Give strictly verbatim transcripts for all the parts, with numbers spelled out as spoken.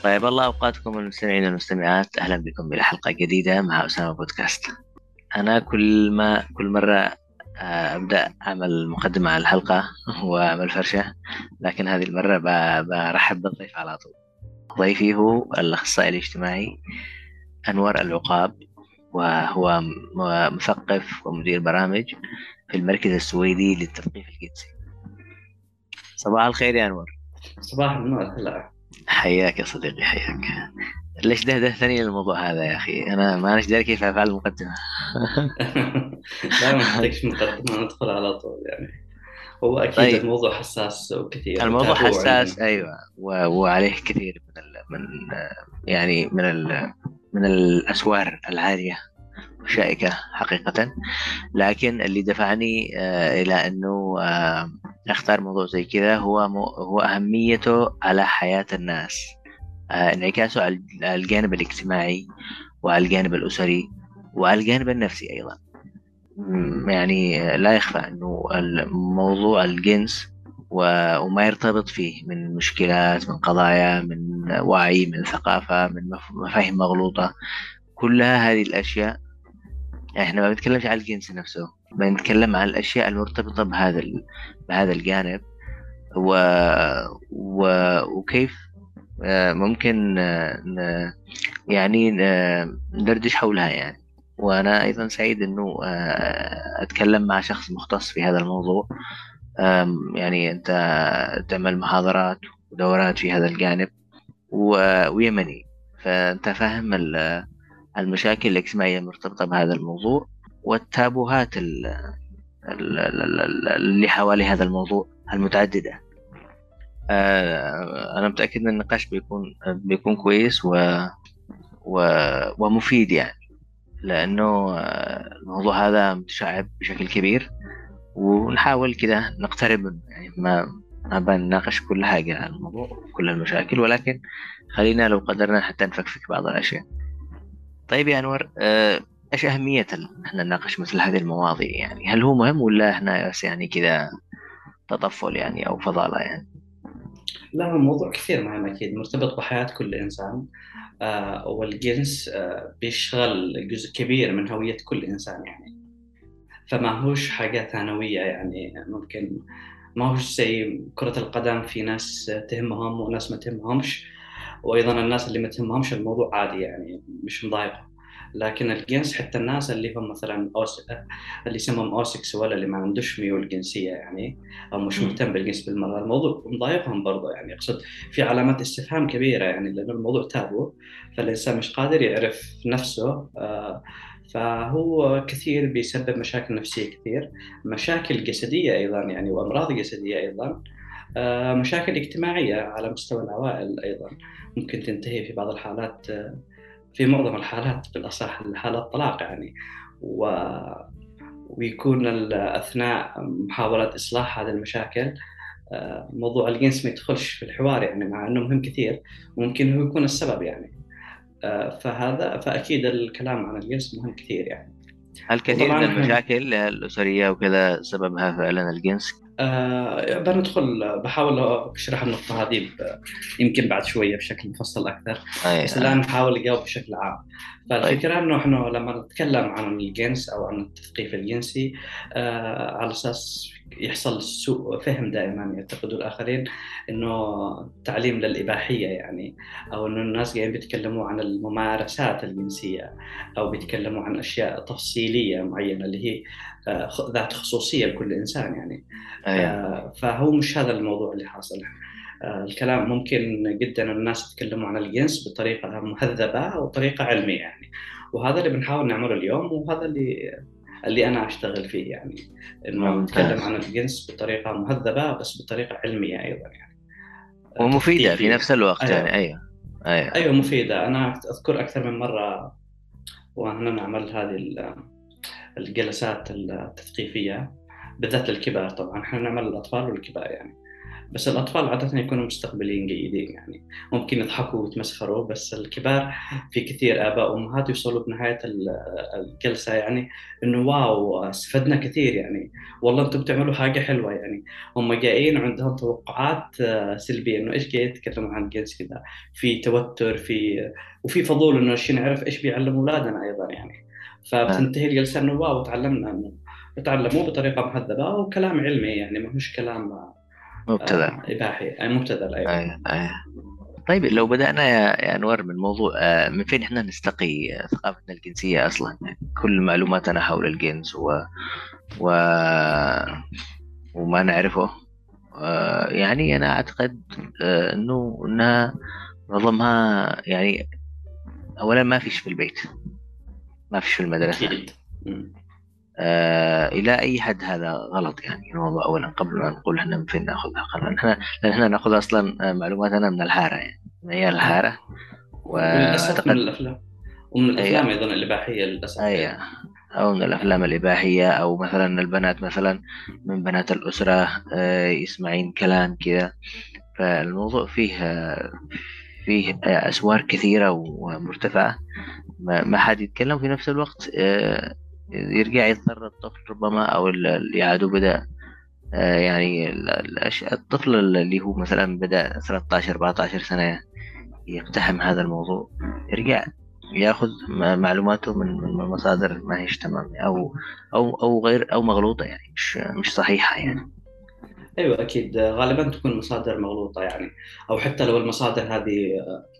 طيب الله أوقاتكم المستمعين والمستمعات، أهلا بكم إلى حلقة جديدة مع أسامة بودكاست. أنا كل ما كل مرة آه، أبدأ أعمل مقدمة على الحلقة وأعمل فرشة، لكن هذه المرة ب- برحب بالضيف على طول. ضيفي هو الأخصائي الاجتماعي أنور العقاب، وهو م- مثقف ومدير برامج في المركز السويدي للتثقيف الجنسي. صباح الخير يا أنور. صباح النور. هلا. حياك يا صديقي، حياك. ليش دهدهتني للموضوع هذا يا أخي؟ أنا ما أنا داري كيف أفعل المقدمة. لا، ما نحتاجش مقدمة، ندخل على طول يعني. هو أكيد طيب، الموضوع حساس وكثير الموضوع وتابو حساس، عندنا. أيوة، و- وعليه كثير من ال من يعني من ال من الأسوار العالية والشائكة حقيقة. لكن اللي دفعني آه، إلى أنه آه، أختار موضوع زي كذا هو مو هو أهميته على حياة الناس، آه، انعكاسه على الجانب الاجتماعي وعلى الجانب الأسري وعلى الجانب النفسي أيضا. م- يعني لا يخفى أنه الموضوع الجنس و- وما يرتبط فيه من مشكلات، من قضايا، من وعي، من ثقافة، من مف- مفاهيم مغلوطة. كلها هذه الأشياء، يعني احنا ما بنتكلمش على الجنس نفسه، بنتكلم عن الأشياء المرتبطة بهذا ال- بهذا الجانب. و... و... وكيف آه، ممكن آه، ن- يعني آه، ندردش حولها يعني. وأنا أيضا سعيد أنه آه، أتكلم مع شخص مختص في هذا الموضوع. آم، يعني أنت تعمل محاضرات ودورات في هذا الجانب، و- ويمني، فأنت فاهم ال- المشاكل الاجتماعية المرتبطة بهذا الموضوع والتابوهات ال- ال- ال- ال- اللي حوالي هذا الموضوع المتعددة. آه، أنا متأكد أن النقاش بيكون بيكون كويس و... و... ومفيد يعني، لأنه آه، الموضوع هذا متشعب بشكل كبير، ونحاول كده نقترب منه. يعني ما ما بنناقش كل حاجة عن الموضوع، كل المشاكل، ولكن خلينا لو قدرنا حتى نفكفك بعض الأشياء. طيب يا أنور، آه، إيش أهمية ال- إحنا نناقش مثل هذه المواضيع؟ يعني هل هو مهم ولا إحنا بس يعني كده تطفل يعني أو فضالة يعني؟ لا، هو الموضوع كثير مهم، أكيد مرتبط بحياة كل إنسان. آه والجنس آه بيشغل جزء كبير من هوية كل إنسان يعني. فما هوش حاجة ثانوية يعني. ممكن ما هوش زي كرة القدم، في ناس تهمهم وناس ما تهمهمش، وايضا الناس اللي ما تهمهمش الموضوع عادي يعني، مش مضايقه. لكن الجنس حتى الناس اللي هم مثلا أوس... اللي يسموهم اوسكسوال، اللي ما عندوش ميول جنسيه يعني، او مش مم. مهتم بالجنس بالمره، الموضوع مضايقهم برضه يعني. اقصد في علامات استفهام كبيره يعني، لان الموضوع تابو، فالانسان مش قادر يعرف نفسه. آه، فهو كثير بيسبب مشاكل نفسيه كثير، مشاكل جسديه ايضا يعني، وامراض جسديه ايضا، آه، مشاكل اجتماعيه على مستوى العوائل ايضا. ممكن تنتهي في بعض الحالات، في معظم الحالات بالأصح، الحالات طلاق يعني. و... ويكون ال- أثناء محاولة إصلاح هذه المشاكل، آه، موضوع الجنس ما يدخلش في الحوار يعني، مع أنه مهم كثير، وممكن هو يكون السبب يعني. آه، فهذا فأكيد الكلام عن الجنس مهم كثير يعني. هل كثير من وطبعا احنا المشاكل الأسرية وكذا سببها فعلا الجنس؟ آه بندخل بحاول أشرح النقطة هذه ب- يمكن بعد شوية بشكل مفصل أكثر، أي بس الآن آه. نحاول نجاوب بشكل عام. طيب. فالفكرة إنه إحنا لما نتكلم عن الجنس أو عن التثقيف الجنسي، آه على أساس يحصل سوء فهم دائما، يعتقدوا الآخرين إنه تعليم للإباحية يعني، أو إنه الناس قاعدين بيتكلموا عن الممارسات الجنسية، أو بيتكلموا عن أشياء تفصيلية معينة اللي هي آه، ذات خصوصية لكل إنسان يعني. أي. آه، فهو مش هذا الموضوع اللي حاصل. آه، الكلام ممكن جدا الناس يتكلموا عن الجنس بطريقة مهذبة وطريقة علمية يعني، وهذا اللي بنحاول نعمله اليوم، وهذا اللي اللي أنا أشتغل فيه يعني، إنه نتكلم ممتاز. عن الجنس بطريقة مهذبة بس بطريقة علمية أيضا يعني، آه، ومفيدة في تثقيفية. نفس الوقت يعني، أيوه. أيوة. أيوة. أيوه مفيدة. أنا أذكر أكثر من مرة وأنا نعمل هذه الجلسات التثقيفية، بالذات للكبار. طبعا احنا نعمل للأطفال والكبار يعني. بس الأطفال عادة يكونوا مستقبلين جيدين يعني، ممكن يضحكوا ويتمسخروا، بس الكبار في كثير آباء وأمهات يوصلوا بنهاية ال- الجلسة يعني إنه واو استفدنا كثير يعني، والله أنتم بتعملوا حاجة حلوة يعني. هم جايين عندهم توقعات آه، سلبية، إنه إيش جاي يتكلموا عن الجنس كذا، في توتر، في وفي فضول إنه شيء نعرف إيش بيعلموا أولادنا أيضا يعني. آه، فبتنتهي الجلسة إنه واو تعلمنا، إنه بتعلموه بطريقة مهذبة وكلام علمي يعني، ما هوش كلام مبتذل. آه، إباحي أي مبتذل. أيوه. آه، آه. طيب لو بدأنا يا يا أنور من موضوع، آه، من فين إحنا نستقي آه، ثقافتنا الجنسية أصلا؟ يعني كل معلوماتنا حول الجنس و... و... وما نعرفه. آه، يعني أنا أعتقد آه، إنه إنها معظمها يعني أولا ما فيش في البيت، ما فيش في المدرسة. أكيد. مم. آه، إلى أي حد هذا غلط يعني الموضوع، أولا قبل ما نقول إحنا من فين ناخذها. قبل إحنا لأن إحنا ناخذ أصلا آه، معلوماتنا من الحارة، يعني من عيال أي. الحارة. وللأسف من وأعتقد الأفلام، ومن أي الأفلام أيضا الإباحية للأسف أي أيضا. أو من الأفلام الإباحية، أو مثلا البنات مثلا من بنات الأسرة آه، يسمعين كلام كذا. فالموضوع فيه آه، فيه آه، أسوار كثيرة ومرتفعة، ما ما حد يتكلم في نفس الوقت. آه، يرجع يضطر الطفل ربما، أو ال- اللي يعادوا بدأ آه، يعني ال- الأش- الطفل اللي هو مثلا بدأ ثلاثة عشر أربعة عشر سنة يقتحم هذا الموضوع، يرجع ياخذ م- معلوماته من من مصادر ما هيش تمام، او او او غير او مغلوطه، يعني مش مش صحيحه يعني. أيوة أكيد، غالبا تكون مصادر مغلوطة يعني، أو حتى لو المصادر هذه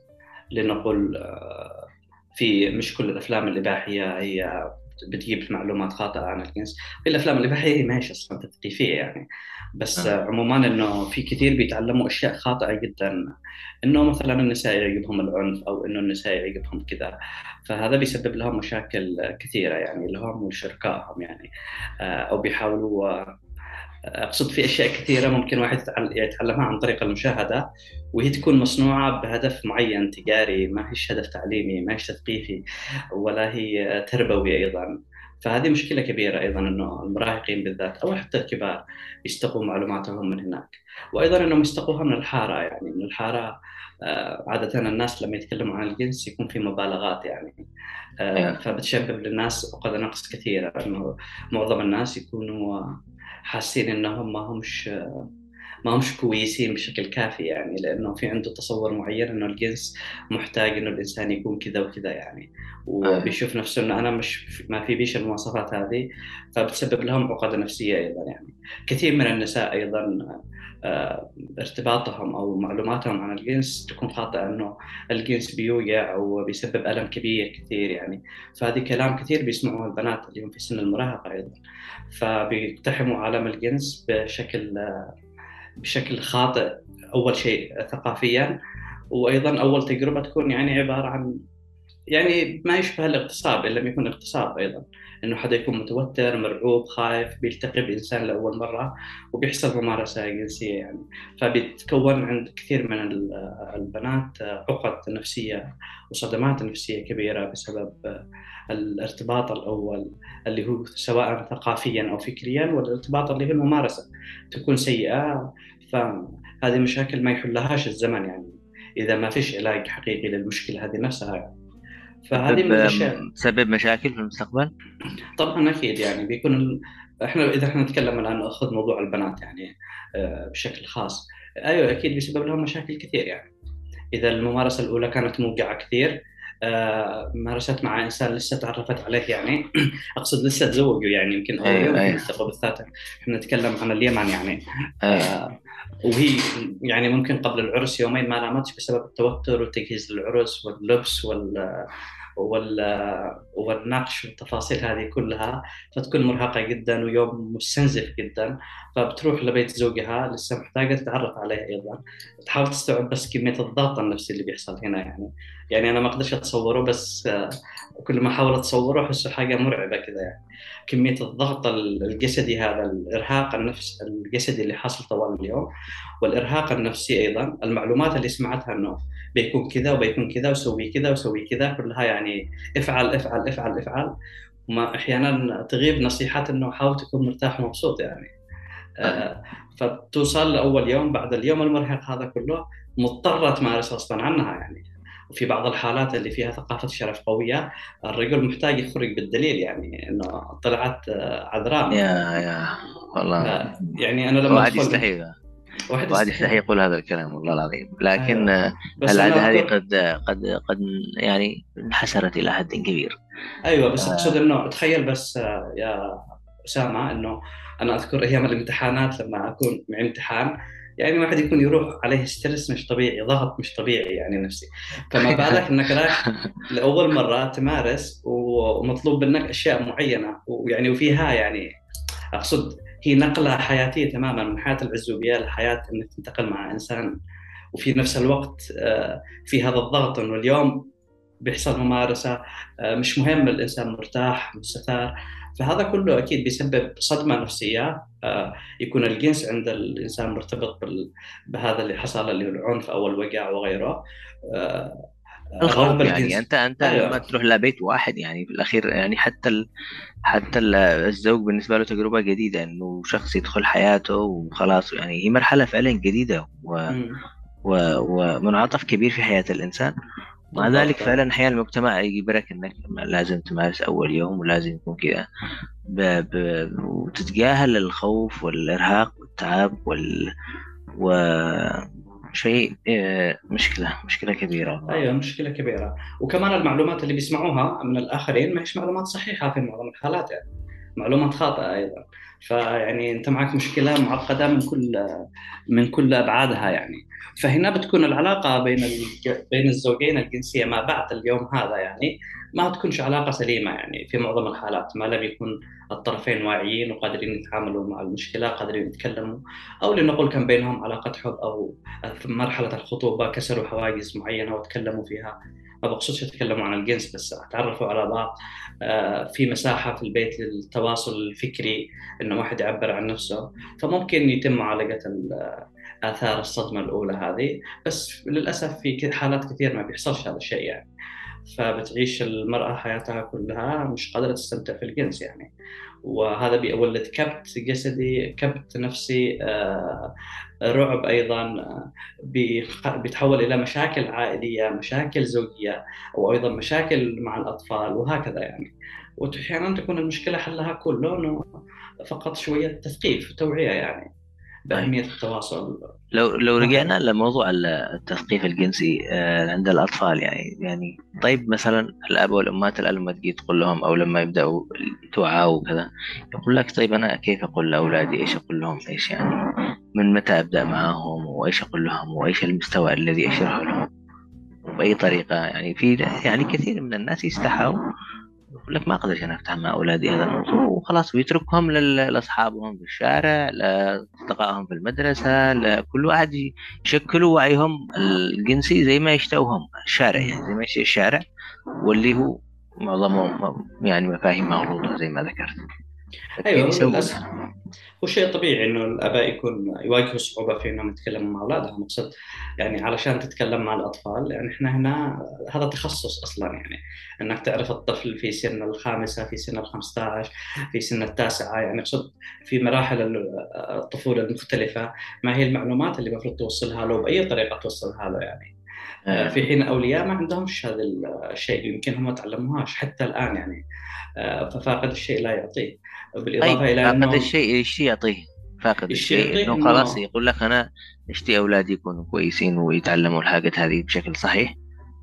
لنقول آه، في مش كل الافلام الاباحيه هي بتجيب معلومات خاطئه عن الجنس. في الافلام الاباحيه هي ما هيش اصلا تثقيفيه يعني، بس آه. آه، عموما انه في كثير بيتعلموا اشياء خاطئه جدا، انه مثلا النساء يعجبهم العنف، او انه النساء يعجبهم كذا. فهذا بيسبب لهم مشاكل كثيره يعني، لهم ولشركائهم يعني. آه، او بيحاولوا آه، أقصد في أشياء كثيرة ممكن واحد يتعل- يتعلمها عن طريق المشاهدة، وهي تكون مصنوعة بهدف معين تجاري، ما هيش هدف تعليمي، ما هيش تثقيفي، ولا هي تربوي أيضا. فهذه مشكلة كبيرة أيضا، أنه المراهقين بالذات أو حتى الكبار يستقوا معلوماتهم من هناك. وأيضا أنهم يستقوها من الحارة يعني، من الحارة. آه، عادة الناس لما يتكلموا عن الجنس يكون في مبالغات يعني، آه، أيوة. فبتسبب للناس عقد نقص كثيرة، إنه معظم الناس يكونوا حاسين انهم ما همش ما همش كويسين بشكل كافي يعني، لانه في عنده تصور معين انه الجنس محتاج انه الانسان يكون كذا وكذا يعني، أيوة. وبيشوف نفسه انه انا مش ما في بيش المواصفات هذه. فبتسبب لهم عقد نفسيه ايضا يعني. كثير من النساء ايضا آه، ارتباطهم او معلوماتهم عن الجنس تكون خاطئه، انه الجنس بيوجع او بيسبب الم كبير كثير يعني. فهذه كلام كثير بيسمعوه البنات اليوم في سن المراهقه ايضا، فبيقتحموا عالم الجنس بشكل بشكل خاطئ. أول شيء ثقافيا، وأيضا أول تجربة تكون يعني عبارة عن يعني ما يشبه الاغتصاب إن لم يكن اغتصاب أيضا، إنه حدا يكون متوتر مرعوب خايف بيلتقي بإنسان لأول مرة وبيحصل ممارسة جنسية يعني. فبيتكون عند كثير من البنات عقد نفسية وصدمات نفسية كبيرة بسبب الارتباط الأول، اللي هو سواء ثقافيا أو فكريا، والارتباط اللي هي الممارسة تكون سيئة. فهذه مشاكل ما يحلهاش الزمن يعني، إذا ما فيش علاج حقيقي للمشكلة هذه نفسها يعني. فهذه تسبب من الاشياء. تسبب مشاكل في المستقبل. طبعا اكيد يعني بيكون ال... احنا اذا احنا نتكلم الان ناخذ موضوع البنات يعني آه، بشكل خاص. ايوه اكيد بيسبب لهم مشاكل كثير يعني. اذا الممارسه الاولى كانت موقعه كثير، آه، مارست مع انسان لسه تعرفت عليه يعني اقصد لسه تزوجوا يعني، يمكن اول ايوه يوم يمكن ايوه يلتقوا، بالذات احنا نتكلم عن اليمن يعني. ايوه. آه، وهي يعني ممكن قبل العرس يومين ما نامتش بسبب التوتر وتجهيز للعرس واللبس وال وال والنقش والتفاصيل هذه كلها. فتكون مرهقة جدا ويوم مستنزف جدا. فبتروح لبيت زوجها لسه محتاجة تتعرف عليه أيضا، تحاول تستوعب بس كمية الضغط النفسي اللي بيحصل هنا يعني. يعني أنا ما أقدرش أتصوره، بس آه، كل ما أحاول أتصوره أحسه حاجة مرعبة كذا يعني. كمية الضغط الجسدي هذا، الإرهاق النفس الجسدي اللي حاصل طوال اليوم، والإرهاق النفسي أيضا. المعلومات اللي سمعتها أنه بيكون كذا وبيكون كذا وسوي كذا وسوي كذا كلها يعني، افعل افعل افعل افعل. وما احيانا تغيب نصيحات انه حاول تكون مرتاح ومبسوط يعني. طيب. فبتوصل أول يوم بعد اليوم المرهق هذا كله مضطرة تمارس غصبا عنها يعني. وفي بعض الحالات اللي فيها ثقافة شرف قوية الرجل محتاج يخرج بالدليل يعني إنه طلعت عذراء يا مثلا. يا والله، يعني أنا لما واحد أدخل يستحي، واحد واحد يستحي يستحي. يقول هذا الكلام والله العظيم، لكن أيوه آه، بس أنا العادة هذه أذكر. قد قد قد يعني انحسرت إلى حد كبير. أيوه بس أقصد آه، إنه تخيل بس يا أسامة إنه أنا أذكر أيام الامتحانات لما أكون مع امتحان يعني واحد يكون يروح عليه ستريس مش طبيعي، ضغط مش طبيعي يعني نفسي. فما بالك إنك رايح لأول مرة تمارس ومطلوب منك أشياء معينة ويعني وفيها يعني أقصد هي نقلة حياتية تماما من حياة العزوبية لحياة إنك تنتقل مع إنسان. وفي نفس الوقت آه، في هذا الضغط إنه اليوم بيحصل ممارسة، آه، مش مهم الإنسان مرتاح مستثار. فهذا كله أكيد بيسبب صدمة نفسية، آه، يكون الجنس عند الإنسان مرتبط بال- بهذا اللي حصل اللي هو العنف أو الوجع وغيره. آه، الرغبة الخوف يعني، الجنس. أنت أنت لما أيوه. تروح لبيت واحد يعني في الأخير، يعني حتى ال... حتى ال- الزوج بالنسبة له تجربة جديدة، إنه شخص يدخل حياته وخلاص، يعني هي مرحلة فعلا جديدة و... مم. و... ومنعطف كبير في حياة الإنسان. مع ذلك بالضبط فعلا أيوه. أحيانا المجتمع يجبرك إنك لازم تمارس أول يوم، ولازم يكون كذا ب... ب... وتتجاهل الخوف والإرهاق والتعب وال... وشيء آه، مشكلة مشكلة كبيرة والله. ايوه مشكله كبيره. وكمان المعلومات اللي بيسمعوها من الاخرين ما هيش معلومات صحيحه في معظم الحالات يعني، معلومات خاطئه ايضا. فيعني انت معك مشكله معقده من كل من كل ابعادها يعني. فهنا بتكون العلاقه بين الج... بين الزوجين الجنسيه ما بعد اليوم هذا يعني ما تكونش علاقه سليمه يعني في معظم الحالات، ما لم يكون الطرفين واعيين وقادرين يتعاملوا مع المشكله، قادرين يتكلموا، او لنقل كان بينهم علاقه حب، او في مرحله الخطوبه كسروا حواجز معينه وتكلموا فيها. ما بقصدش يتكلموا عن الجنس بس، تعرفوا على بعض، آه، في مساحه في البيت للتواصل الفكري، انه واحد يعبر عن نفسه. فممكن يتم معالجه آثار الصدمة الأولى هذه. بس للأسف في حالات كثير ما بيحصلش هذا الشيء يعني. فبتعيش المرأة حياتها كلها مش قادرة تستمتع في الجنس يعني. وهذا بيولد كبت جسدي، كبت نفسي، آه، رعب أيضا، آه، بيخ- بيتحول إلى مشاكل عائلية، مشاكل زوجية، وأيضا مشاكل مع الأطفال وهكذا يعني. وأحيانا تكون المشكلة حلها كله إنه فقط شوية تثقيف وتوعية يعني طيب، بأهمية التواصل لو لو رجعنا وهكذا. لموضوع ال- التثقيف الجنسي آه، عند الأطفال، يعني يعني طيب مثلا الآباء والأمهات الآن لما تجي تقول لهم، أو لما يبدأوا توعوا وكذا، يقول لك طيب أنا كيف أقول لأولادي، إيش أقول لهم، إيش يعني من متى أبدأ معهم، وإيش أقول لهم، وإيش المستوى الذي أشرحه لهم، وبأي طريقة. يعني في يعني كثير من الناس يستحوا، يقول لك ما أقدرش أنا أفتح مع أولادي هذا الموضوع وخلاص، ويتركهم لل- لأصحابهم في الشارع، لأصدقائهم في المدرسة، لكل واحد يشكلوا وعيهم الجنسي زي ما يشتوهم الشارع، يعني زي ما يشتهي الشارع، واللي هو معظمه م- يعني مفاهيم مغلوطة زي ما ذكرت. فكيف أيوه يسووا للأسف. ده؟ هو شيء طبيعي إنه الآباء يكون يواجهوا صعوبة في إنهم يتكلموا مع أولادهم. مقصد يعني علشان تتكلم مع الأطفال يعني إحنا هنا هذا تخصص أصلا يعني، إنك تعرف الطفل في سن الخامسة، في سن الخمسة عشر، في سن التاسعة، يعني أقصد في مراحل ال- الطفولة المختلفة. ما هي المعلومات اللي المفروض توصلها له بأي طريقة توصلها له يعني. آه، آه. في حين أولياء ما عندهمش هذا الشيء، يمكن هم ما تعلموهاش حتى الآن يعني. آه، ففاقد الشيء لا يعطيه. طيب، بالإضافة إلى فاقد أنه الشيء ايش يعطيه؟ فاقد الشيء الشيء يعطيه انه خلاص أنه يقول لك انا اشتي اولادي يكونوا كويسين ويتعلموا الحاجات هذه بشكل صحيح.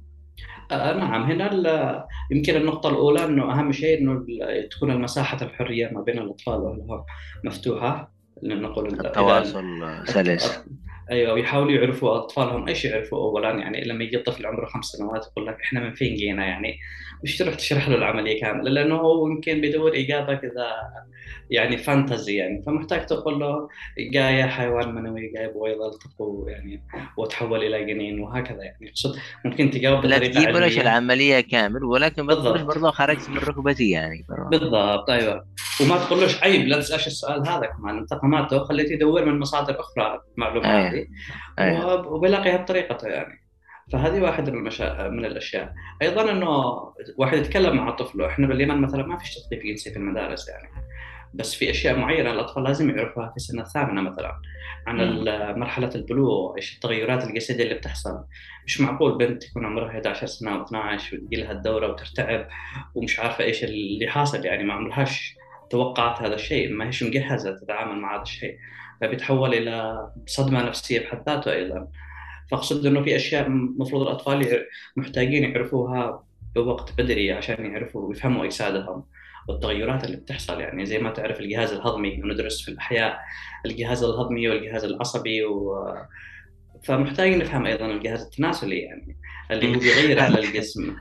آه نعم. هنا ال- يمكن النقطة الأولى أنه أهم شيء أنه ال- تكون المساحة الحرية ما بين الأطفال وأهلهم مفتوحة. نقول إذا ال- التواصل الت- سلس. أيوة يحاولوا يعرفوا أطفالهم إيش يعرفوا أولا يعني. لما يجي طفل عمره خمس سنوات يقول لك إحنا من فين جينا يعني، مش تروح تشرح له العملية كاملة لأنه هو يمكن بيدور إجابة كذا يعني فانتزي يعني. فمحتاج تقول له جاية حيوان منوي جاي يبغى يلتقوا يعني وتحول إلى جنين وهكذا يعني. أقصد ممكن تجاوب لا بطريقة تجيب ليش علمية. العملية كامل، ولكن ما تقولش بالضبط. برضه خرجت من ركبتي يعني برا. بالضبط أيوه. وما تقولوش عيب لا تسألش السؤال هذا، كمان أنت قمعته خليته يدور من مصادر أخرى المعلومة ايه، هذه ايه. وب- وبيلاقيها بطريقته يعني. فهذه واحدة من المشا... من الأشياء. أيضا إنه واحد يتكلم مع طفله. إحنا باليمن مثلا ما فيش تثقيف جنسي في المدارس يعني. بس في اشياء معينه الاطفال لازم يعرفوها في السنه الثامنه مثلا، عن مم. ال- مرحله البلوغ، ايش التغيرات الجسديه اللي بتحصل. مش معقول بنت يكون عمرها احد عشر سنه او اثنا عشر وتجي لها الدوره وترتعب ومش عارفه ايش اللي حاصل، يعني ما عمرهاش توقعت هذا الشيء، ما هيش مجهزه تتعامل مع هذا الشيء، فبيتحول الى صدمه نفسيه بحد ذاته ايضا. فاقصد انه في اشياء المفروض الاطفال يع- محتاجين يعرفوها بوقت بدري عشان يعرفوا ويفهموا اجسادهم والتغيرات اللي بتحصل. يعني زي ما تعرف الجهاز الهضمي وندرس في الاحياء الجهاز الهضمي والجهاز العصبي و... فمحتاجين نفهم ايضا الجهاز التناسلي، يعني اللي هو بيغير على الجسم.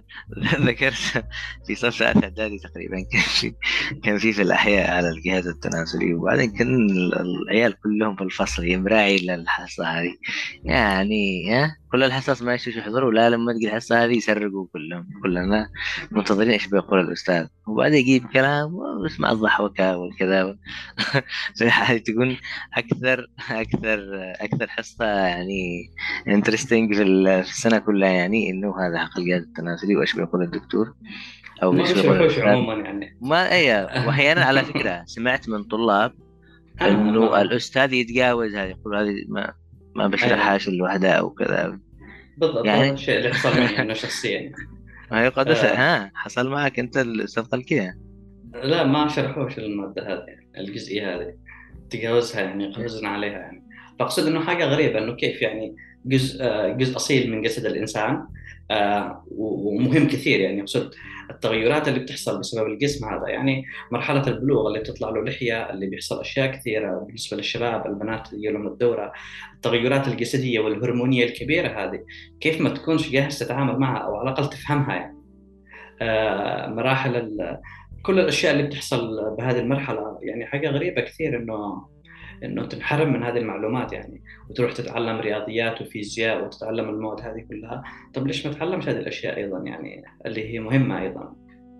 ذكرت في صف ثالث إعدادي تقريبا كان في كان في في الأحياء على الجهاز التناسلي، وبعدين كان ال- العيال كلهم في الفصل يمراعي للحصة هذه، يعني ها كل الحصص ما يشوفوا يحضروا، لا لما تجي الحصة هذه يسرقوا كلهم، كلنا منتظرين ايش بيقول الأستاذ، وبعدين يجيب كلام ويسمع الضحوكة والكذا. في الحالة تكون أكثر أكثر أكثر حصة يعني انترستنج في ال- في السنة كلها، يعني إنه هذا حق الجهاز التناسلي وإيش بيقول الدكتور أو ما إيش بيقول بيشرحوش الأستاذ. عموما يعني. ما أي، وأحيانا على فكرة سمعت من طلاب آه إنه ما الأستاذ يتجاوز هذه، يقول هذه ما ما ايوه بشرحهاش لوحدها أو كذا بالضبط، هذا يعني. الشيء اللي حصل معي انه شخصيا يعني. هي قد آه ها حصل معك أنت الأستاذ قال كذا؟ لا ما شرحوش الماده هذه، يعني الجزئيه هذه تجاوزها يعني قفزنا عليها يعني. فاقصد انه حاجه غريبه انه كيف يعني جزء آه، جزء اصيل من جسد الانسان، آه، ومهم كثير، يعني اقصد التغيرات اللي بتحصل بسبب الجسم هذا، يعني مرحله البلوغ اللي بتطلع له لحيه، اللي بيحصل اشياء كثيره بالنسبه للشباب البنات اللي لهم الدوره، التغيرات الجسديه والهرمونيه الكبيره هذه، كيف ما تكونش جاهز تتعامل معها او على الاقل تفهمها يعني. آه، مراحل ال- كل الاشياء اللي بتحصل بهذه المرحله، يعني حاجه غريبه كثير انه انه تنحرم من هذه المعلومات يعني، وتروح تتعلم رياضيات وفيزياء وتتعلم المواد هذه كلها. طب ليش ما تتعلمش هذه الاشياء ايضا يعني اللي هي مهمه ايضا؟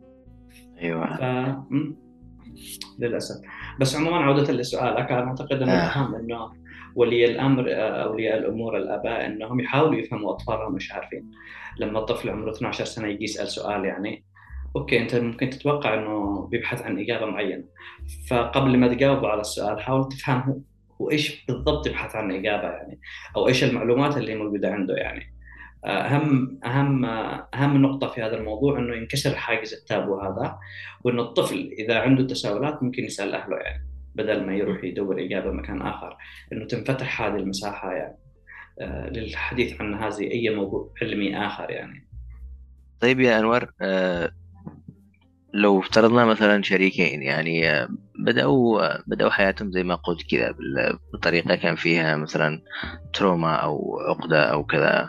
ف أيوه. م، للاسف. بس عموما عوده لسؤالك، انا اعتقد انه آه. الاهم انه ولي الامر، آه، اولياء الامور الاباء، انهم يحاولوا يفهموا اطفالهم مش عارفين. لما الطفل عمره اثنا عشر سنه يجي يسال سؤال، يعني اوكي انت ممكن تتوقع انه بيبحث عن اجابه معينه، فقبل ما تجاوب على السؤال حاول تفهم هو هو ايش بالضبط يبحث عن اجابه يعني، او ايش المعلومات اللي موجوده عنده يعني. اهم اهم اهم نقطه في هذا الموضوع انه ينكسر حاجز التابو هذا، وانه الطفل اذا عنده تساؤلات ممكن يسال اهله يعني، بدل ما يروح يدور اجابه مكان اخر، انه تنفتح هذه المساحه يعني آه، للحديث عن هذه اي موضوع علمي اخر يعني. طيب يا أنور، آه لو افترضنا مثلا شريكين يعني، آه، بدأوا آه، بدأوا حياتهم زي ما قلت كذا بال- بطريقة كان فيها مثلا تروما أو عقدة أو كذا،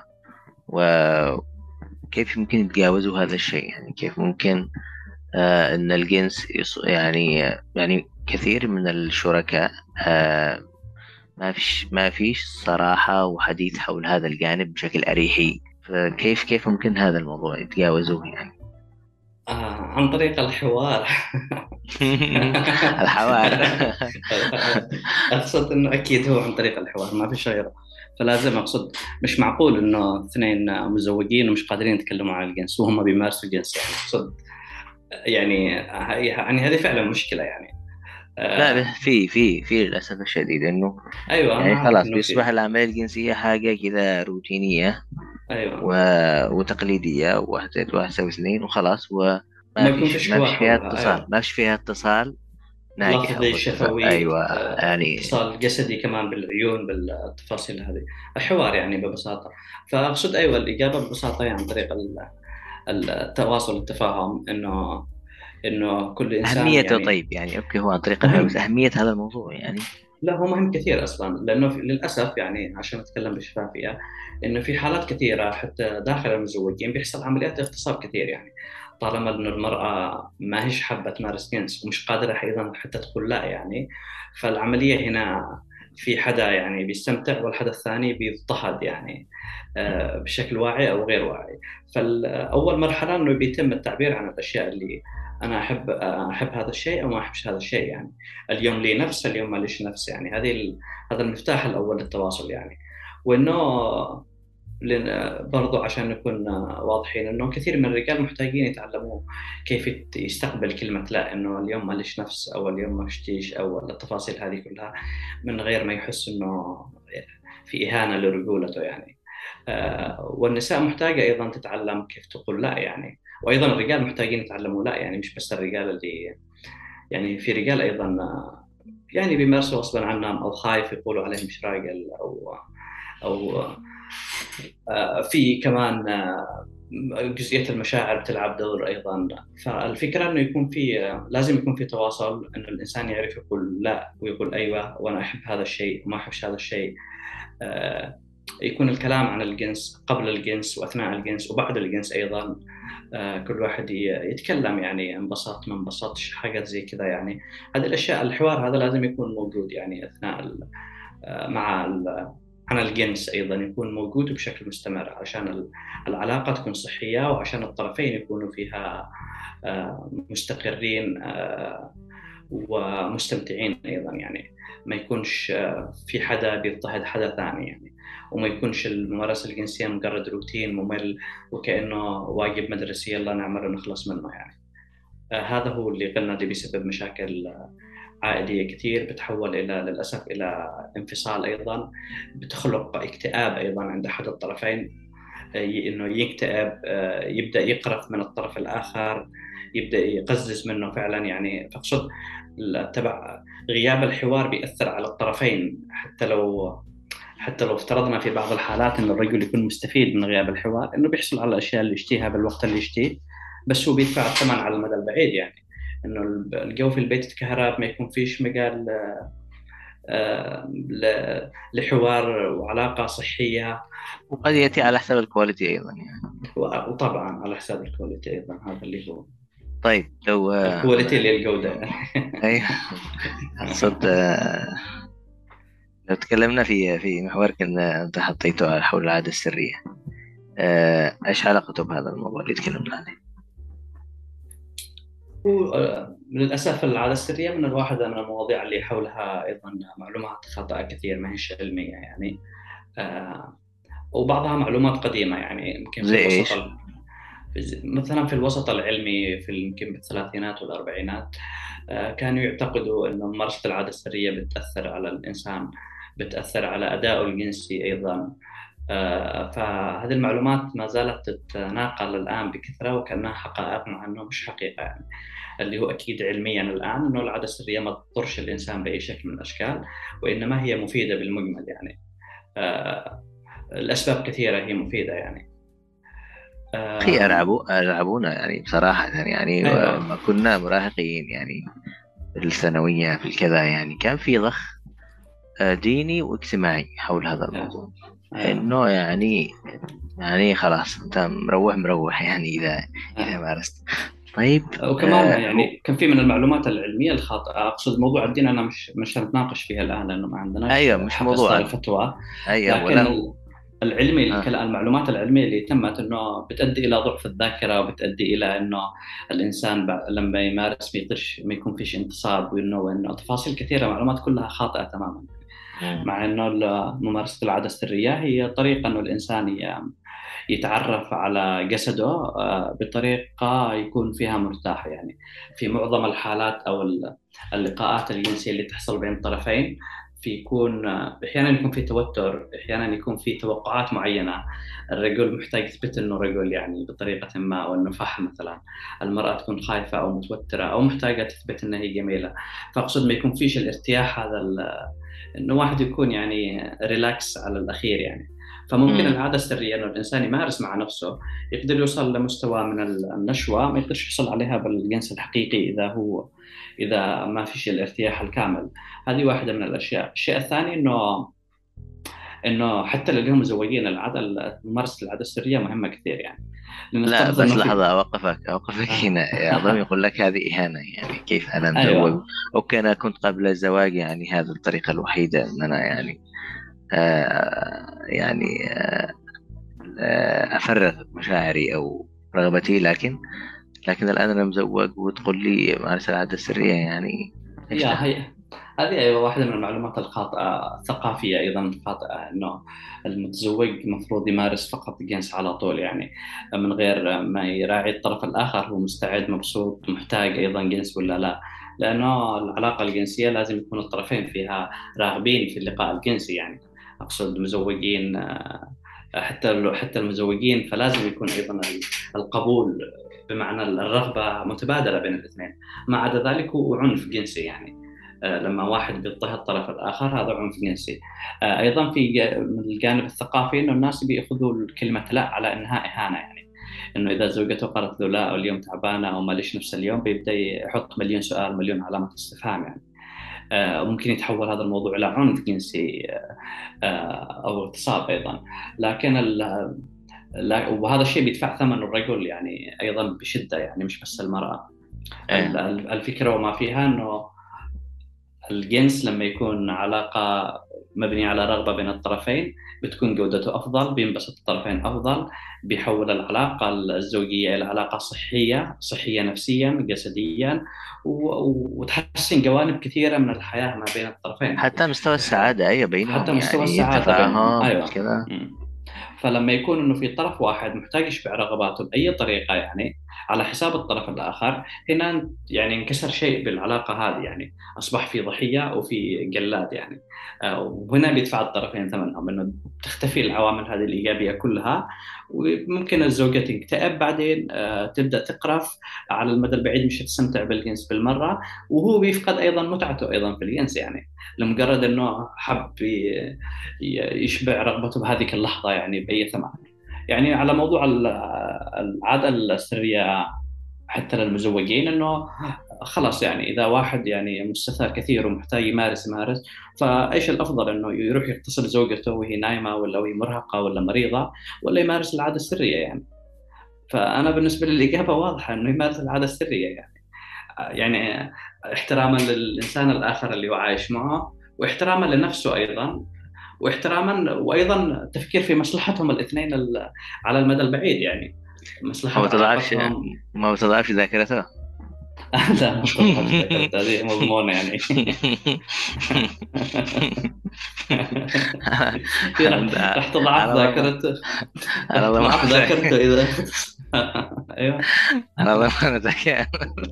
وكيف يمكن يتجاوزوا هذا الشيء؟ يعني كيف ممكن آه أن الجنس يص- يعني آه، يعني كثير من الشركاء آه ما فيش ما فيش صراحة وحديث حول هذا الجانب بشكل أريحي، فكيف كيف ممكن هذا الموضوع يتجاوزوه يعني؟ آه عن طريق الحوار. الحوار. اقصد انه اكيد هو عن طريق الحوار ما في غيره. فلازم اقصد مش معقول انه اثنين مزوجين ومش قادرين يتكلموا عن الجنس وهم بيمارسوا الجنس، يعني اقصد يعني يعني هذه فعلا مشكله يعني. لا بس آه في في في للأسف الشديد إنه ايوه انا يعني عارف خلاص انه بيصبح في. العملية الجنسية حاجة كذا روتينية و... ايوه وتقليدية، واحد زائد واحد يساوي اثنين وخلاص، وما وما يكون فيش فيش ما فيش حوار فيها حولها. اتصال، ايوه ما فيش فيها اتصال ناجح لفظي أو اتصال، شفوي، أيوة آه، يعني. اتصال جسدي كمان بالعيون بالتفاصيل هذه، الحوار يعني ببساطة. فأقصد أيوة الإجابة ببساطة يعني عن طريق ال- التواصل التفاهم، إنه إنه كل إنسان أهميته يعني طيب يعني أوكي هو عن طريق الحوار، بس مهم. أهمية هذا الموضوع يعني. لا هو مهم كثير أصلا، لأنه في- للأسف يعني عشان أتكلم بشفافية، إنه في حالات كثيرة حتى داخل المزوجين بيحصل عمليات اغتصاب كثير يعني، طالما إنه المرأة ما هيش حابة تمارس جنس ومش قادرة أيضا حتى تقول لا يعني. فالعملية هنا في حدا يعني بيستمتع والحدا الثاني بيضطهد يعني، آه، بشكل واعي أو غير واعي. فأول مرحلة إنه بيتم التعبير عن الأشياء اللي أنا أحب آه، أحب هذا الشيء أو ما أحبش هذا الشيء يعني. اليوم لي نفس، اليوم ما ليش نفس، يعني هذه ال... هذا المفتاح الأول للتواصل يعني. وإنه لأن برضو عشان نكون واضحين إنه كثير من الرجال محتاجين يتعلموا كيف يستقبل كلمة لا، إنه اليوم ماليش نفس، أو اليوم ما اشتيش، أو التفاصيل هذه كلها، من غير ما يحس إنه في إهانة لرجولته يعني. آه، والنساء محتاجة أيضا تتعلم كيف تقول لا يعني. وأيضا الرجال محتاجين يتعلموا لا، يعني مش بس الرجال اللي، يعني في رجال أيضا يعني بيمارسوا غصبا عنهم، أو خايف يقولوا عليهم مش راجل، أو أو آه، في كمان آه، جزئية المشاعر بتلعب دور أيضا. فالفكرة إنه يكون في آه، لازم يكون في تواصل، إنه الإنسان يعرف يقول لا ويقول أيوة وأنا أحب هذا الشيء وما أحبش هذا الشيء. آه، يكون الكلام عن الجنس قبل الجنس وأثناء الجنس وبعد الجنس أيضا. آه، كل واحد ي- يتكلم يعني، انبسط ما انبسطش، حاجات زي كذا يعني. هذه الأشياء، الحوار هذا لازم يكون موجود يعني أثناء ال- آه، مع ال- عن الجنس أيضا يكون موجود بشكل مستمر، عشان ال- العلاقة تكون صحية، وعشان الطرفين يكونوا فيها آه، مستقرين آه، ومستمتعين أيضا يعني. ما يكونش آه، في حدا بيضطهد حدا ثاني يعني، وما يكونش الممارسة الجنسية مجرد روتين ممل وكأنه واجب مدرسي يلا نعمله ونخلص منه يعني. آه، هذا هو اللي قلنا دي بيسبب مشاكل عائلية كثير، بتحول إلى للأسف إلى انفصال أيضا، بتخلق اكتئاب أيضا عند أحد الطرفين. آه، إنه يكتئب، آه، يبدأ يقرف من الطرف الآخر، يبدأ يقزز منه فعلا يعني. فاقصد تبع غياب الحوار بيأثر على الطرفين، حتى لو حتى لو افترضنا في بعض الحالات إن الرجل يكون مستفيد من غياب الحوار، إنه بيحصل على الأشياء اللي يشتيها بالوقت اللي يشتيه، بس هو بيدفع الثمن على المدى البعيد يعني. إنه الجو في البيت يتكهرب، ما يكون فيش مجال آه، ل- لحوار وعلاقة صحية. وقد يأتي على حساب الكواليتي أيضا يعني. وطبعا على حساب الكواليتي أيضا، هذا اللي هو طيب لو آه، الكواليتي للجودة يعني. أي أقصد آه، لو تكلمنا في في محورك أن أنت حطيته حول العادة السرية، آه، إيش علاقته بهذا الموضوع اللي تكلمنا عنه؟ وللأسف العادة السرية من الواحدة من المواضيع اللي حولها أيضا معلومات خاطئة كثير، ما هيش علمية يعني. آه، وبعضها معلومات قديمة يعني، يمكن في زي الوسط إيش؟ ال- مثلا في الوسط العلمي في يمكن بالثلاثينات والأربعينات، آه، كانوا يعتقدوا أن ممارسة العادة السرية بتأثر على الإنسان، بتأثر على أدائه الجنسي أيضا. آه، فهذه المعلومات ما زالت تتناقل الآن بكثرة وكأنها حقائق، مع أنه مش حقيقة يعني. اللي هو أكيد علميا الآن أنه العادة السرية ما تضرش الإنسان بأي شكل من الأشكال، وإنما هي مفيدة بالمجمل يعني. آه، الأسباب كثيرة هي مفيدة يعني. أخي آم، ألعبوا ألعبونا يعني بصراحة يعني، أيوة. ما كنا مراهقين يعني في الثانوية في الكذا يعني، كان في ضخ آه، ديني واجتماعي حول هذا أيوة. الموضوع. أيوة. إنه يعني يعني خلاص أنت مروح مروح يعني إذا إذا أيوة. مارست. طيب. وكمان آه هو يعني كان في من المعلومات العلمية الخاطئة. أقصد موضوع الدين أنا مش مش هنتناقش فيها الآن لأنه ما عندناش أيوه مش حق إصدار موضوعنا. الفتوى. أيوه ولا لكن هو. العلمي ها. الكلا- المعلومات العلمية اللي تمت انه بتؤدي الى ضعف الذاكرة، وبتؤدي الى انه الانسان ب- لما يمارس ما يقدرش، ما يكون فيش انتصاب، وانه وانه تفاصيل كثيرة، معلومات كلها خاطئة تماما. مم. مع انه ال- ممارسة العادة السرية هي طريقة انه الانسان ي- يتعرف على جسده آه، بطريقة يكون فيها مرتاح يعني. في معظم الحالات او ال- اللقاءات الجنسية اللي تحصل بين الطرفين، في يكون احيانا يكون في توتر، احيانا يكون في توقعات معينه. الرجل محتاج يثبت انه رجل يعني بطريقه ما، او انه فح مثلا. المراه تكون خايفه او متوتره او محتاجه تثبت انها هي جميله. فاقصد ما يكون فيش الارتياح هذا ال- انه واحد يكون يعني ريلاكس على الاخير يعني. فممكن مم. العاده السريه انه الانسان يمارس مع نفسه، يقدر يوصل لمستوى من النشوه ما يقدرش يحصل عليها بالجنس الحقيقي اذا هو اذا ما فيش الارتياح الكامل. هذه واحدة من الأشياء. الشيء الثاني إنه إنه حتى اللي هم مزوجين، العادة ممارسة العادة السرية مهمة كثير يعني. لا لنفترض بس إنه في لحظة، أوقفك أوقفك هنا. أظن يقول لك هذه إهانة يعني، كيف أنا مزوج؟ أيوه. أوكي أنا كنت قبل الزواج يعني هذه الطريقة الوحيدة أن أنا يعني آه يعني آه آه، أفرغ مشاعري أو رغبتي، لكن لكن الآن أنا مزوج وتقول لي مارس العادة السرية يعني إيش يا ده؟ هي هذه أيوة واحدة من المعلومات الخاطئة الثقافية أيضا الخاطئة، إنه المتزوج المفروض يمارس فقط الجنس على طول، يعني من غير ما يراعي الطرف الآخر هو مستعد مبسوط محتاج أيضا جنس ولا لا. لأنه العلاقة الجنسية لازم يكون الطرفين فيها راغبين في اللقاء الجنسي، يعني أقصد مزوجين، آه، حتى حتى المزوجين فلازم يكون أيضا القبول بمعنى الرغبة متبادلة بين الاثنين. ما عدا ذلك هو عنف جنسي يعني. آه، لما واحد بيضطهد الطرف الآخر هذا عنف جنسي. آه، أيضا في جا- من الجانب الثقافي إنه الناس بيأخذوا كلمة لا على إنها إهانة، يعني إنه إذا زوجته قالت له لا أو اليوم تعبانة أو ماليش نفس اليوم بيبدأ يحط مليون سؤال، مليون علامة استفهام يعني. آه، ممكن يتحول هذا الموضوع إلى عنف جنسي، آه، أو اغتصاب أيضا. لكن ال- لا- وهذا الشيء بيدفع ثمن الرجل يعني أيضا بشدة، يعني مش بس المرأة. ال- ايه. ال- الفكرة وما فيها إنه الجنس لما يكون علاقة مبنية على رغبة بين الطرفين بتكون جودته أفضل، بينبسط الطرفين أفضل، بيحول العلاقة الزوجية إلى علاقة صحية، صحية نفسيا جسديا، و- وتحسن جوانب كثيرة من الحياة ما بين الطرفين. حتى مستوى السعادة أيوة حتى بينهم، مستوى يعني السعادة بينهم، التفاهم أيوة. كذا. مم. فلما يكون انه في طرف واحد محتاج يشبع رغباته باي طريقه يعني على حساب الطرف الاخر، هنا يعني انكسر شيء بالعلاقه هذه، يعني اصبح في ضحيه وفي جلاد يعني. آه، وهنا بيدفع الطرفين ثمنهم، انه تختفي العوامل هذه الايجابيه كلها، وممكن الزوجه تكتئب بعدين، آه، تبدا تقرف على المدى البعيد، مش تستمتع بالجنس بالمره، وهو بيفقد ايضا متعته ايضا في الجنس، يعني لمجرد انه حب ي- ي- يشبع رغبته بهذيك اللحظة يعني بأي ثمن. يعني على موضوع ال- العادة السرية حتى للمزوجين، انه خلاص يعني اذا واحد يعني مستثار كثير ومحتاج يمارس يمارس، فايش الافضل انه يروح يغتصب زوجته وهي نايمه ولا وهي مرهقه ولا مريضه، ولا يمارس العاده السريه يعني. فانا بالنسبه لي الاجابه واضحه، انه يمارس العاده السريه يعني. يعني احتراما للانسان الاخر اللي هو عايش معه، واحتراما لنفسه ايضا، واحتراما وايضا التفكير في مصلحتهم الاثنين ال- على المدى البعيد يعني، ما مصلحة بتضعفش علاقتهم. ما بتضعفش ذاكرته. لا ما تضعف ذاكرتها، هذه مضمونة يعني. في راح راح تضعف على ضمان ذاكرته، على راح تضعف ذاكرته ضمانتك. إذا أيوه. على ضمانتك.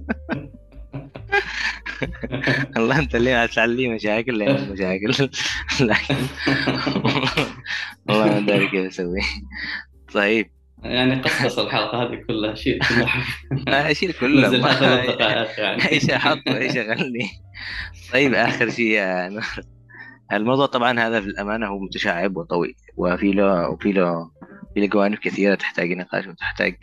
والله انت اللي هتحل لي مشاكل لين المشاكل. لكن والله ما داري كيف اسوي. طيب. يعني قصقص الحلقة هذه كلها، شيل كل حاجة. اشيل كله ما. نزلها ثلاث دقائق يعني. ايش احط وايش اغني. طيب اخر شيء يا نور، الموضوع طبعا هذا في الامانه هو متشعب وطويل، وفي له وفي له في له جوانب كثيره تحتاج نقاش وتحتاج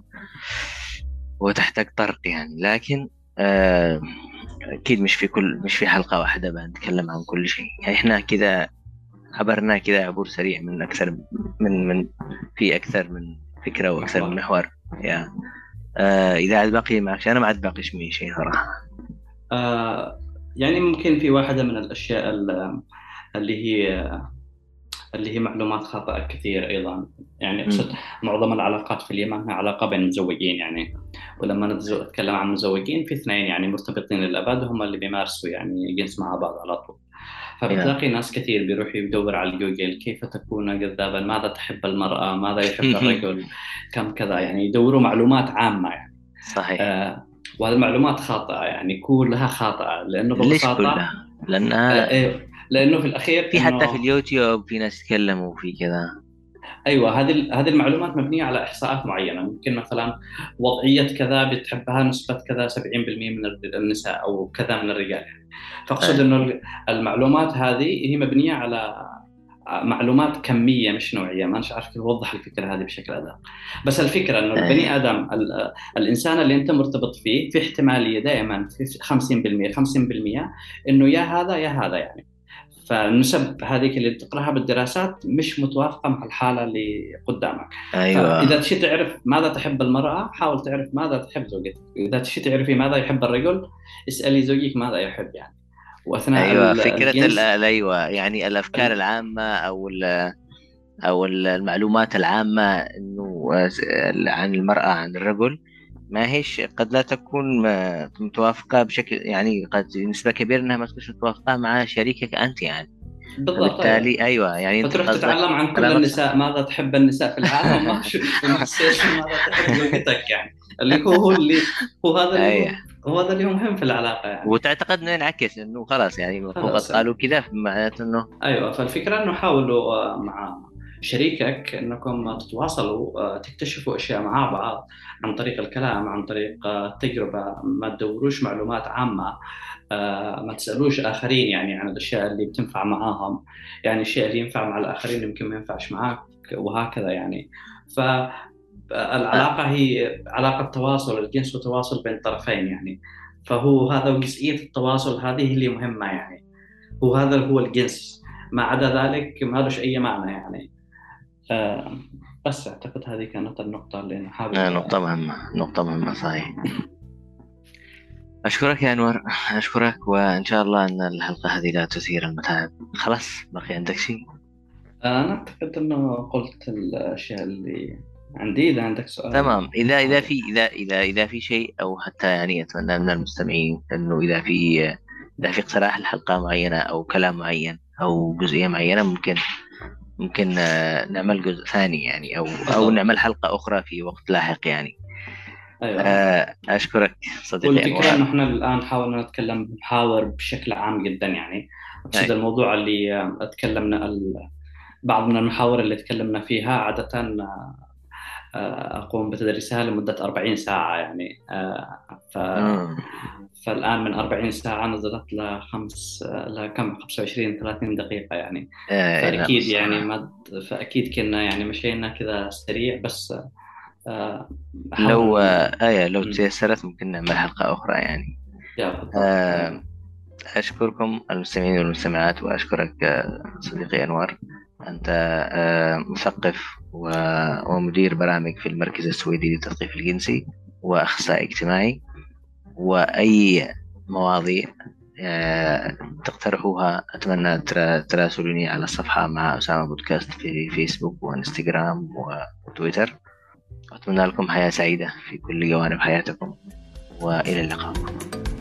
وتحتاج طرق يعني. لكن آه، اكيد مش في كل مش في حلقه واحده بنتكلم عن كل شيء، يعني احنا كذا عبرنا كذا عبور سريع من اكثر من من في اكثر من فكره واكثر من محور. محور. يا آه، اذا عاد باقي معك انا ما عاد باقي شيء شيء صراحه. آه يعني ممكن في واحدة من الأشياء ال- اللي هي اللي هي معلومات خاطئة كثير أيضا، يعني أقصد مم. معظم العلاقات في اليمن هي علاقة بين مزوجين يعني. ولما نتزو- نتكلم عن مزوجين في اثنين يعني مرتبطين للأبد، هم اللي بيمارسوا يعني جنس مع بعض على طول. يا فبتلاقي ناس كثير بيروح يدور على جوجل كيف تكون جذابا، ماذا تحب المرأة، ماذا يحب الرجل، كم كذا، يعني يدوروا معلومات عامة يعني. صحيح. آه وهذه المعلومات خاطئة يعني، كلها خاطئة، لأنه ليش ببساطة كلها؟ لانها آه إيه، لأنه في الأخير في حتى في إنه اليوتيوب في ناس يتكلموا في كذا. ايوه، هذه هذه المعلومات مبنيه على احصاءات معينه، ممكن مثلا وضعيه كذا بتحبها نسبه كذا سبعين بالمئة من النساء او كذا من الرجال يعني. فاقصد آه. انه المعلومات هذه هي مبنيه على معلومات كميه مش نوعيه، ما مش عارف كيف اوضح الفكره هذه بشكل ادق. بس الفكره انه آه. البني ادم ال- الانسان اللي انت مرتبط فيه في احتماليه دائما في خمسين بالمئة خمسين بالمئة انه يا هذا يا هذا يعني. فالنسب هذيك اللي بتقراها بالدراسات مش متوافقه مع الحاله اللي قدامك. ايوه. فاذا تشي تعرف ماذا تحب المراه، حاول تعرف ماذا تحب زوجتك. اذا تشي تعرفي ماذا يحب الرجل، اسالي زوجك ماذا يحب يعني. واثناء ايوه ال- فكره ال- الجنس ايوه يعني الافكار ال- العامه او ال- او ال- المعلومات العامه انه عن المراه عن الرجل ما هيش قد لا تكون آه، متوافقة بشكل، يعني قد نسبة كبيرة أنها ما تكونش متوافقة مع شريكك أنت يعني. بالضبط، أيوه. فبالتالي أيوة، يعني أنت فتروح قصدك تتعلم عن كل كلامك صح. النساء، ماذا تحب النساء في العالم، وما شو وما تسأل ماذا تحب زوجتك يعني. اللي هو هو اللي هو هذا اللي أيوة. هو هو هذا اللي هو مهم في العلاقة يعني. وتعتقد انه ينعكس انه خلاص يعني هو قد خلاص قالوا يعني. كذا، معناته انه ايوه، فالفكره انه حاولوا آه، مع شريكك انكم تتواصلوا، آه، تكتشفوا اشياء مع بعض عن طريق الكلام، عن طريق آه، التجربه. ما تدوروش معلومات عامه، آه، ما تسالوش اخرين يعني عن الاشياء اللي بتنفع معاهم. يعني الشيء اللي ينفع مع الاخرين يمكن ما ينفعش معك، وهكذا يعني. آه. فالعلاقه هي علاقه تواصل، الجنس وتواصل بين طرفين يعني. فهو هذا، وجزئيه التواصل هذه اللي مهمه يعني. وهذا هو الجنس، ما عدا ذلك ما لهش أي معنى يعني. آه بس أعتقد هذه كانت النقطة اللي أنا آه، حابب. نقطة مهمة، نقطة مهمة صحيح. أشكرك يا أنور، أشكرك، وإن شاء الله أن الحلقة هذه لا تثير المتاعب. خلاص، بقي عندك شيء؟ آه أنا أعتقد أنه قلت الأشياء اللي عندي. إذا عندك سؤال تمام. إذا إذا حاضر. في إذا إذا إذا في شيء، أو حتى يعني أتمنى من المستمعين إنه إذا في إذا في اقتراح لحلقة معينة أو كلام معين أو جزئية معينة، ممكن ممكن آه، نعمل جزء ثاني يعني، أو أو بالضبط. نعمل حلقة أخرى في وقت لاحق يعني. أيوة. آه، أشكرك صديقي والفكرة أنور. أنه إحنا الآن حاولنا نتكلم بمحاور بشكل عام جدا يعني. أقصد أي. الموضوع اللي آه، تكلمنا ال- بعض من المحاور اللي تكلمنا فيها عادة آه، أقوم بتدريسها لمدة أربعين ساعة يعني. آه، ف مم. فالآن من أربعين ساعة نزلت لخمس لكم خمسة وعشرين ثلاثين دقيقة يعني. آه، لا فأكيد يعني مصلحة. ما فأكيد كنا يعني مشينا كذا سريع، بس آه، لو حاولنا ن... آه، آية لو م، تيسرت ممكن نعمل حلقة أخرى يعني. يا بالضبط، آه، أيوة. أشكركم المستمعين والمستمعات، وأشكرك آه، صديقي أنور. أنت آه، مثقف و- ومدير برامج في المركز السويدي للتثقيف الجنسي، وأخصائي اجتماعي. وأي مواضيع آه، تقترحوها أتمنى ترا- تراسلوني على الصفحة مع أسامة بودكاست في فيسبوك وإنستغرام وتويتر. أتمنى لكم حياة سعيدة في كل جوانب حياتكم، وإلى اللقاء.